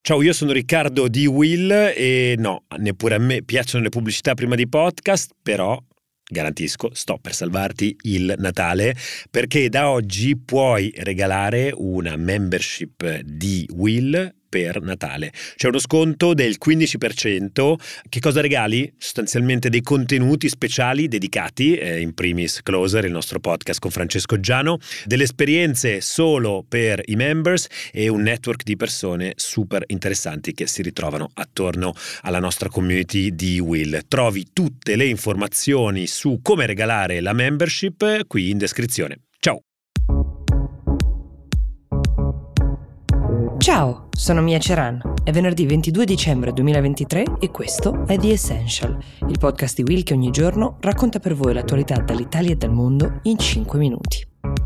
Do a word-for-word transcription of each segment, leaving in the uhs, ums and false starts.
Ciao, io sono Riccardo di Will e no, neppure a me piacciono le pubblicità prima di podcast, però garantisco, sto per salvarti il Natale, perché da oggi puoi regalare una membership di Will per Natale. C'è uno sconto del quindici per cento. Che cosa regali? Sostanzialmente dei contenuti speciali dedicati, eh, in primis Closer, il nostro podcast con Francesco Giano, delle esperienze solo per i members e un network di persone super interessanti che si ritrovano attorno alla nostra community di Will. Trovi tutte le informazioni su come regalare la membership qui in descrizione. Ciao! Ciao, sono Mia Ceran. È venerdì ventidue dicembre duemilaventitré e questo è The Essential, il podcast di Will che ogni giorno racconta per voi l'attualità dall'Italia e dal mondo in cinque minuti.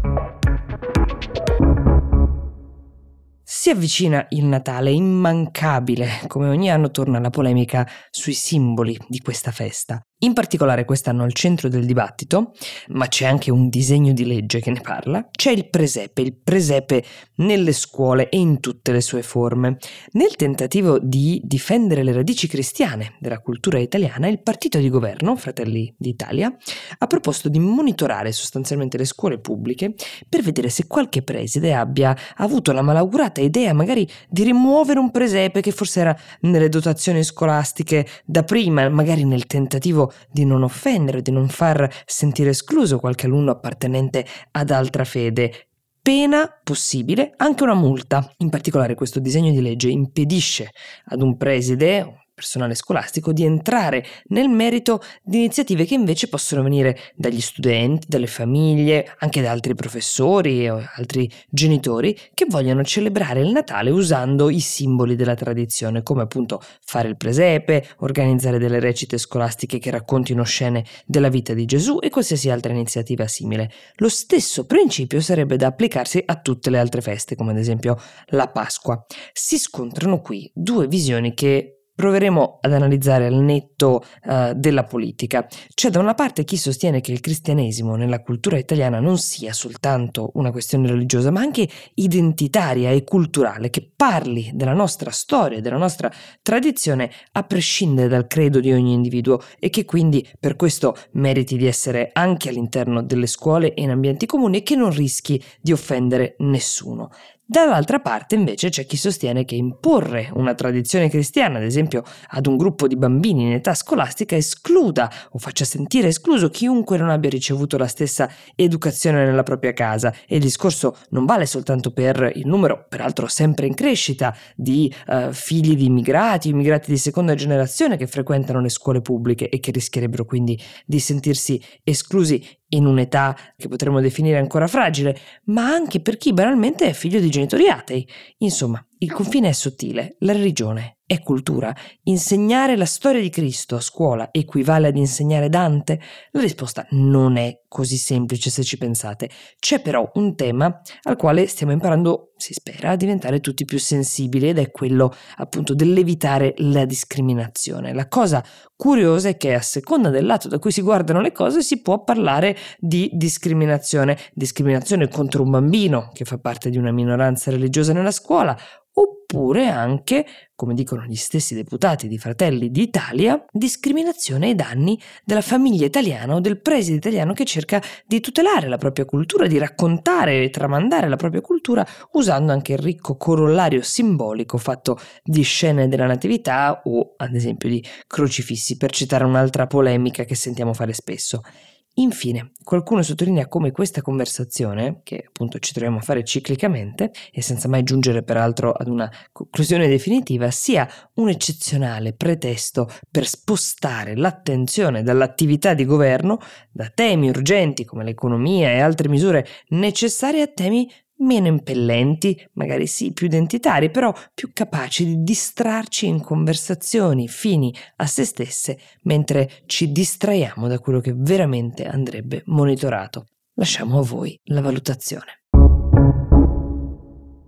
Si avvicina il Natale, immancabile, come ogni anno torna la polemica sui simboli di questa festa. In particolare quest'anno al centro del dibattito, ma c'è anche un disegno di legge che ne parla, c'è il presepe, il presepe nelle scuole e in tutte le sue forme. Nel tentativo di difendere le radici cristiane della cultura italiana, il partito di governo, Fratelli d'Italia, ha proposto di monitorare sostanzialmente le scuole pubbliche per vedere se qualche preside abbia avuto la malaugurata idea magari di rimuovere un presepe che forse era nelle dotazioni scolastiche da prima, magari nel tentativo di non offendere, di non far sentire escluso qualche alunno appartenente ad altra fede. Pena possibile anche una multa. In particolare questo disegno di legge impedisce ad un preside, personale scolastico, di entrare nel merito di iniziative che invece possono venire dagli studenti, dalle famiglie, anche da altri professori o altri genitori che vogliono celebrare il Natale usando i simboli della tradizione, come appunto fare il presepe, organizzare delle recite scolastiche che raccontino scene della vita di Gesù e qualsiasi altra iniziativa simile. Lo stesso principio sarebbe da applicarsi a tutte le altre feste, come ad esempio la Pasqua. Si scontrano qui due visioni che proveremo ad analizzare al netto uh, della politica. C'è da una parte chi sostiene che il cristianesimo nella cultura italiana non sia soltanto una questione religiosa, ma anche identitaria e culturale, che parli della nostra storia, della nostra tradizione, a prescindere dal credo di ogni individuo e che quindi per questo meriti di essere anche all'interno delle scuole e in ambienti comuni e che non rischi di offendere nessuno. Dall'altra parte invece c'è chi sostiene che imporre una tradizione cristiana, ad esempio ad un gruppo di bambini in età scolastica, escluda o faccia sentire escluso chiunque non abbia ricevuto la stessa educazione nella propria casa. E il discorso non vale soltanto per il numero, peraltro sempre in crescita, di uh, figli di immigrati, immigrati di seconda generazione che frequentano le scuole pubbliche e che rischierebbero quindi di sentirsi esclusi in un'età che potremmo definire ancora fragile, ma anche per chi banalmente è figlio di genitori atei. Insomma, il confine è sottile, la religione è cultura. Insegnare la storia di Cristo a scuola equivale ad insegnare Dante? La risposta non è così semplice se ci pensate. C'è però un tema al quale stiamo imparando, si spera, a diventare tutti più sensibili ed è quello appunto dell'evitare la discriminazione. La cosa curiosa è che a seconda del lato da cui si guardano le cose si può parlare di discriminazione, discriminazione contro un bambino che fa parte di una minoranza religiosa nella scuola, oppure anche, come dicono gli stessi deputati di Fratelli d'Italia, discriminazione ai danni della famiglia italiana o del preside italiano che cerca di tutelare la propria cultura, di raccontare e tramandare la propria cultura usando anche il ricco corollario simbolico fatto di scene della natività o ad esempio di crocifissi, per citare un'altra polemica che sentiamo fare spesso. Infine, qualcuno sottolinea come questa conversazione, che appunto ci troviamo a fare ciclicamente e senza mai giungere peraltro ad una conclusione definitiva, sia un eccezionale pretesto per spostare l'attenzione dall'attività di governo da temi urgenti come l'economia e altre misure necessarie a temi meno impellenti, magari sì più identitari, però più capaci di distrarci in conversazioni fini a se stesse mentre ci distraiamo da quello che veramente andrebbe monitorato. Lasciamo a voi la valutazione.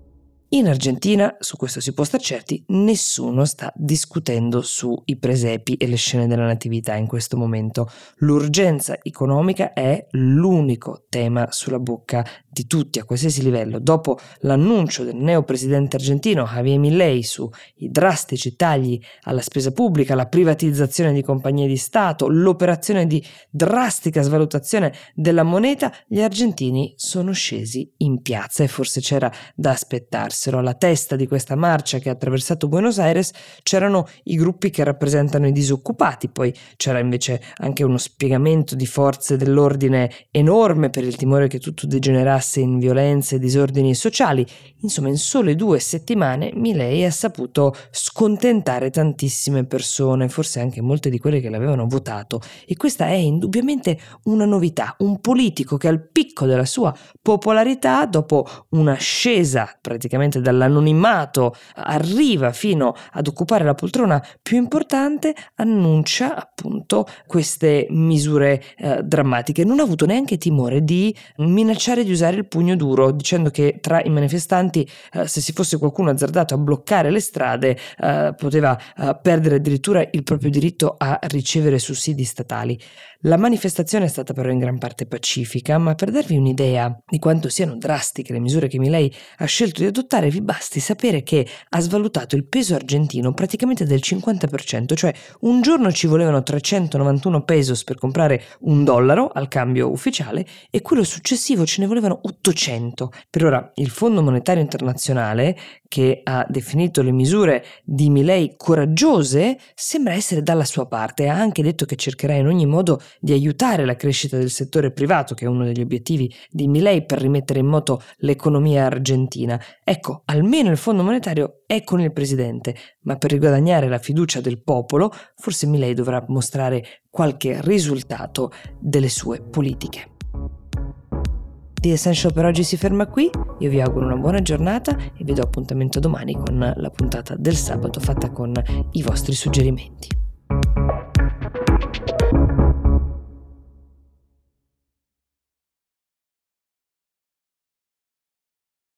In Argentina, su questo si può star certi, nessuno sta discutendo sui presepi e le scene della natività in questo momento. L'urgenza economica è l'unico tema sulla bocca di tutti a qualsiasi livello. Dopo l'annuncio del neo presidente argentino Javier Milei sui drastici tagli alla spesa pubblica, la privatizzazione di compagnie di Stato, l'operazione di drastica svalutazione della moneta, gli argentini sono scesi in piazza e forse c'era da aspettarsi. Alla testa di questa marcia che ha attraversato Buenos Aires c'erano i gruppi che rappresentano i disoccupati, poi c'era invece anche uno spiegamento di forze dell'ordine enorme per il timore che tutto degenerasse in violenze e disordini sociali. Insomma, in sole due settimane Milei ha saputo scontentare tantissime persone, forse anche molte di quelle che l'avevano votato, e questa è indubbiamente una novità. Un politico che al picco della sua popolarità, dopo una scesa praticamente dall'anonimato, arriva fino ad occupare la poltrona più importante, annuncia appunto queste misure eh, drammatiche. Non ha avuto neanche timore di minacciare di usare il pugno duro, dicendo che tra i manifestanti eh, se si fosse qualcuno azzardato a bloccare le strade eh, poteva eh, perdere addirittura il proprio diritto a ricevere sussidi statali. La manifestazione è stata però in gran parte pacifica, ma per darvi un'idea di quanto siano drastiche le misure che Milei ha scelto di adottare, vi basti sapere che ha svalutato il peso argentino praticamente del cinquanta per cento, cioè un giorno ci volevano trecentonovantuno pesos per comprare un dollaro al cambio ufficiale e quello successivo ce ne volevano ottocento. Per ora il Fondo Monetario Internazionale, che ha definito le misure di Milei coraggiose, sembra essere dalla sua parte. Ha anche detto che cercherà in ogni modo di aiutare la crescita del settore privato, che è uno degli obiettivi di Milei per rimettere in moto l'economia argentina. Ecco, almeno il Fondo Monetario è con il presidente, ma per riguadagnare la fiducia del popolo, forse Milei dovrà mostrare qualche risultato delle sue politiche. The Essential per oggi si ferma qui, io vi auguro una buona giornata e vi do appuntamento domani con la puntata del sabato fatta con i vostri suggerimenti.